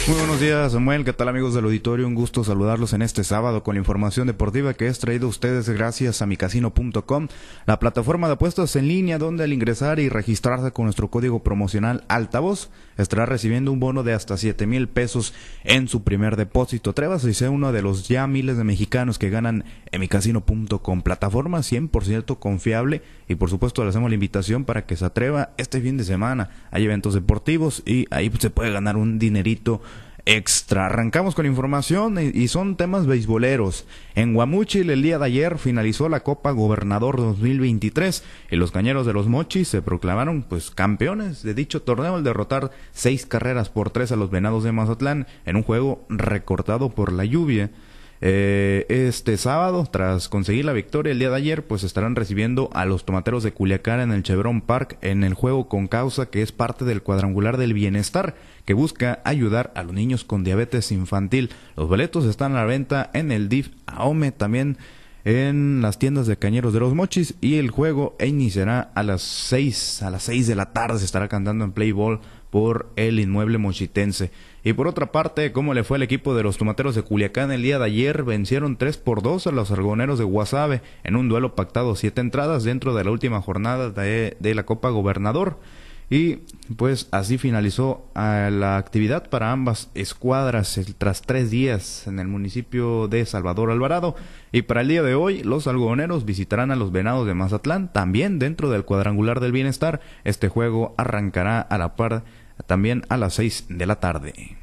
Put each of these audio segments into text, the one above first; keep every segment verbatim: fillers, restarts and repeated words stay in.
Muy buenos días, Samuel. ¿Qué tal, amigos del auditorio? Un gusto saludarlos en este sábado con la información deportiva que es traído a ustedes gracias a mi casino punto com, la plataforma de apuestas en línea donde al ingresar y registrarse con nuestro código promocional Altavoz estará recibiendo un bono de hasta siete mil pesos en su primer depósito. Atrévase y sea uno de los ya miles de mexicanos que ganan en mi casino punto com, plataforma cien por ciento confiable, y por supuesto le hacemos la invitación para que se atreva este fin de semana. Hay eventos deportivos y ahí se puede ganar un dinerito extra. Arrancamos con información y son temas beisboleros. En Guamúchil el día de ayer finalizó la Copa Gobernador dos mil veintitrés y los Cañeros de los Mochis se proclamaron pues campeones de dicho torneo al derrotar seis carreras por tres a los Venados de Mazatlán en un juego recortado por la lluvia. Eh, este sábado, tras conseguir la victoria el día de ayer, pues estarán recibiendo a los Tomateros de Culiacán en el Chevron Park en el juego con causa, que es parte del cuadrangular del bienestar que busca ayudar a los niños con diabetes infantil. Los boletos están a la venta en el D I F AOME, también en las tiendas de Cañeros de los Mochis, y el juego iniciará a las seis, a las seis de la tarde. Se estará cantando en Play Ball por el inmueble mochitense. Y por otra parte, ¿cómo le fue al equipo de los Tomateros de Culiacán el día de ayer? Vencieron tres por dos a los Argoneros de Guasave en un duelo pactado siete entradas dentro de la última jornada de, de la Copa Gobernador. Y pues así finalizó uh, la actividad para ambas escuadras el, tras tres días en el municipio de Salvador Alvarado. Y para el día de hoy, los algodoneros visitarán a los Venados de Mazatlán, también dentro del cuadrangular del bienestar. Este juego arrancará a la par también a las seis de la tarde.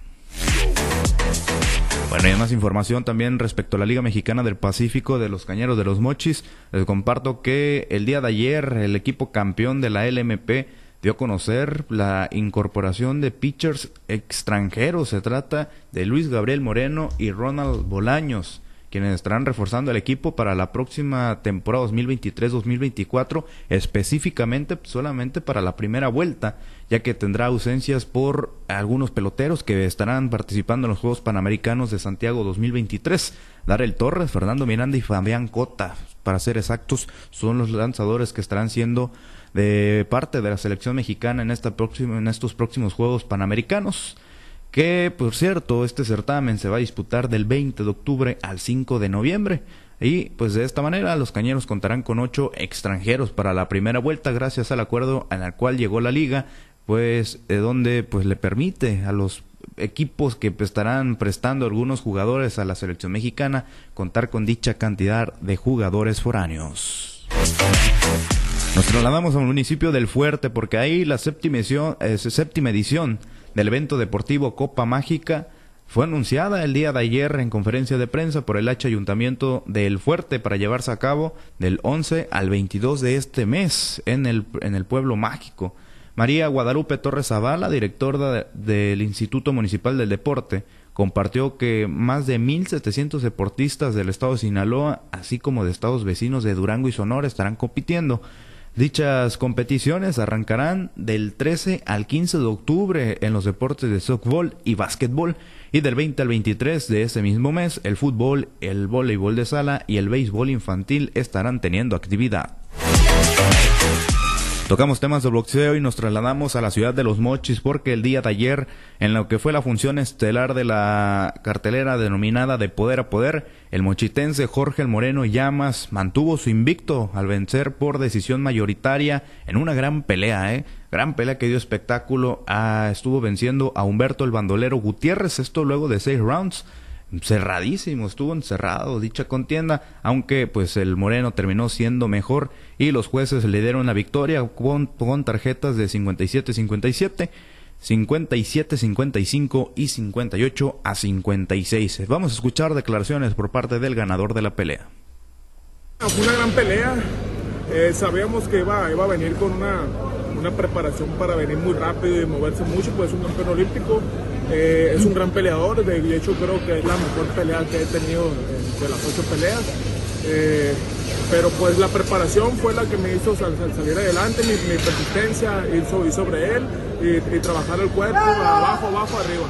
Bueno, y más información también respecto a la Liga Mexicana del Pacífico de los Cañeros de los Mochis. Les comparto que el día de ayer el equipo campeón de la L M P dio a conocer la incorporación de pitchers extranjeros. Se trata de Luis Gabriel Moreno y Ronald Bolaños, quienes estarán reforzando el equipo para la próxima temporada dos mil veintitrés dos mil veinticuatro, específicamente solamente para la primera vuelta, ya que tendrá ausencias por algunos peloteros que estarán participando en los Juegos Panamericanos de Santiago dos mil veintitrés. Darel Torres, Fernando Miranda y Fabián Cota, para ser exactos, son los lanzadores que estarán siendo de parte de la selección mexicana en esta próxima, en estos próximos Juegos Panamericanos, que por cierto este certamen se va a disputar del veinte de octubre al cinco de noviembre. Y pues de esta manera los Cañeros contarán con ocho extranjeros para la primera vuelta, gracias al acuerdo al cual llegó la liga, pues de donde pues le permite a los equipos que estarán prestando algunos jugadores a la selección mexicana contar con dicha cantidad de jugadores foráneos. Nos trasladamos al municipio del Fuerte porque ahí la séptima edición, eh, séptima edición del evento deportivo Copa Mágica fue anunciada el día de ayer en conferencia de prensa por el H Ayuntamiento del Fuerte para llevarse a cabo del once al veintidós de este mes en el, en el pueblo mágico. María Guadalupe Torres Zavala, directora de, del Instituto Municipal del Deporte, compartió que más de mil setecientos deportistas del estado de Sinaloa, así como de estados vecinos de Durango y Sonora, estarán compitiendo. Dichas competiciones arrancarán del trece al quince de octubre en los deportes de softball y básquetbol, y del veinte al veintitrés de ese mismo mes el fútbol, el voleibol de sala y el béisbol infantil estarán teniendo actividad. Tocamos temas de boxeo y nos trasladamos a la ciudad de Los Mochis porque el día de ayer, en lo que fue la función estelar de la cartelera denominada De Poder a Poder, el mochitense Jorge El Moreno Llamas mantuvo su invicto al vencer por decisión mayoritaria en una gran pelea, ¿eh? Gran pelea que dio espectáculo. Ah, estuvo venciendo a Humberto el Bandolero Gutiérrez, esto luego de seis rounds. Cerradísimo, estuvo encerrado dicha contienda, aunque pues el Moreno terminó siendo mejor y los jueces le dieron la victoria con, con tarjetas de cincuenta y siete a cincuenta y siete, cincuenta y siete a cincuenta y cinco y cincuenta y ocho a cincuenta y seis. Vamos a escuchar declaraciones por parte del ganador de la pelea. Fue una gran pelea, eh, sabíamos que iba, iba a venir con una, una preparación para venir muy rápido y moverse mucho, pues es un campeón olímpico. Eh, es un gran peleador, de hecho creo que es la mejor pelea que he tenido eh, de las ocho peleas, eh, pero pues la preparación fue la que me hizo sal, sal, salir adelante, mi, mi persistencia, ir, so, ir sobre él y, y trabajar el cuerpo, abajo, abajo, arriba.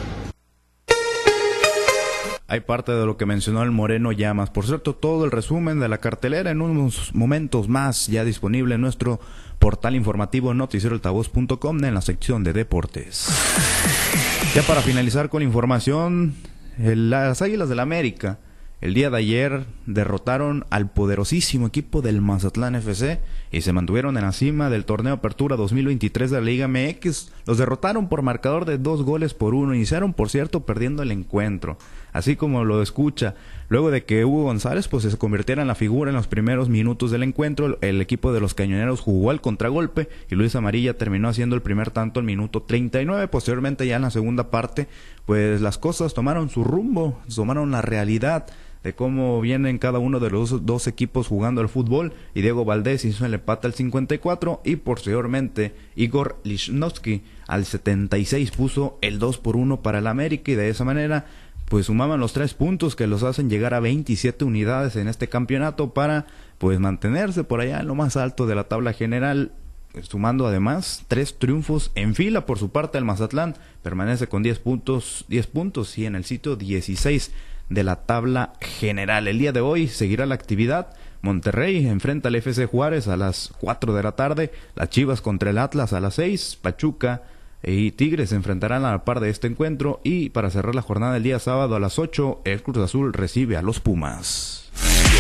Hay parte de lo que mencionó el Moreno Llamas. Por cierto, todo el resumen de la cartelera en unos momentos más ya disponible en nuestro portal informativo noticiero altavoz punto com en la sección de deportes. Ya para finalizar con información, el, las Águilas del América el día de ayer derrotaron al poderosísimo equipo del Mazatlán F C y se mantuvieron en la cima del torneo Apertura dos mil veintitrés de la Liga M X. Los derrotaron por marcador de dos goles por uno. Iniciaron, por cierto, perdiendo el encuentro, así como lo escucha. Luego de que Hugo González pues se convirtiera en la figura en los primeros minutos del encuentro, el equipo de los Cañoneros jugó al contragolpe y Luis Amarilla terminó haciendo el primer tanto al minuto treinta y nueve. Posteriormente, ya en la segunda parte, pues las cosas tomaron su rumbo, tomaron la realidad de cómo vienen cada uno de los dos equipos jugando al fútbol, y Diego Valdés hizo el empate al cincuenta y cuatro y posteriormente Igor Lichnowsky al setenta y seis puso el dos por uno para el América, y de esa manera pues sumaban los tres puntos que los hacen llegar a veintisiete unidades en este campeonato para pues mantenerse por allá en lo más alto de la tabla general, sumando además tres triunfos en fila. Por su parte, el Mazatlán permanece con diez puntos, diez puntos y en el sitio dieciséis de la tabla general. El día de hoy seguirá la actividad. Monterrey enfrenta al F C Juárez a las cuatro de la tarde, las Chivas contra el Atlas a las seis, Pachuca y Tigres se enfrentarán a la par de este encuentro, y para cerrar la jornada del día sábado a las ocho, el Cruz Azul recibe a los Pumas.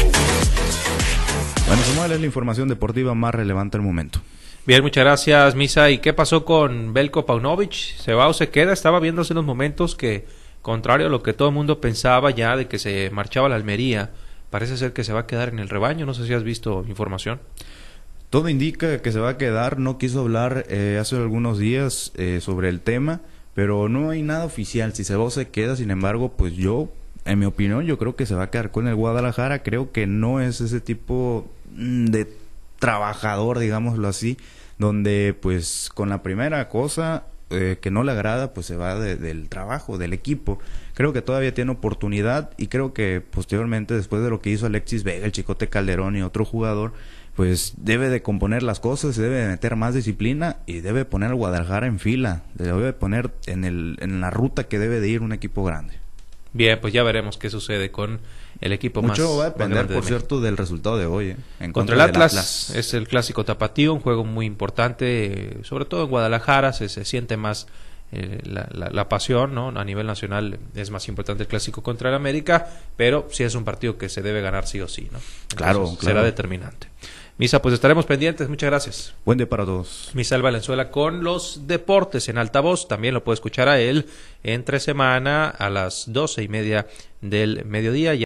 Bueno, Samuel, es la información deportiva más relevante al momento. Bien, muchas gracias, Misa. ¿Y qué pasó con Belko Paunovic? ¿Se va o se queda? Estaba viendo hace unos momentos que, contrario a lo que todo el mundo pensaba ya de que se marchaba a la Almería, parece ser que se va a quedar en el rebaño. No sé si has visto información. Todo indica que se va a quedar. No quiso hablar eh, hace algunos días eh, sobre el tema, pero no hay nada oficial si se va o se queda. Sin embargo, pues yo, en mi opinión, yo creo que se va a quedar con el Guadalajara. Creo que no es ese tipo de trabajador, digámoslo así, donde pues con la primera cosa eh, que no le agrada, pues se va de, del trabajo, del equipo. Creo que todavía tiene oportunidad, y creo que posteriormente, después de lo que hizo Alexis Vega, el Chicote Calderón y otro jugador, pues debe de componer las cosas, debe de meter más disciplina y debe poner al Guadalajara en fila, debe poner en, el, en la ruta que debe de ir un equipo grande. Bien, pues ya veremos qué sucede con el equipo Mucho más va a depender, de por cierto, del resultado de hoy. ¿eh? En contra, contra el Atlas, Atlas, es el clásico tapatío, un juego muy importante, sobre todo en Guadalajara, se, se siente más eh, la, la, la pasión, ¿no? A nivel nacional es más importante el clásico contra el América, pero sí es un partido que se debe ganar sí o sí, ¿no? Entonces, claro, claro. Será determinante. Misa, pues estaremos pendientes. Muchas gracias. Buen día para todos. Misael Valenzuela con los deportes en altavoz. También lo puede escuchar a él entre semana a las doce y media del mediodía.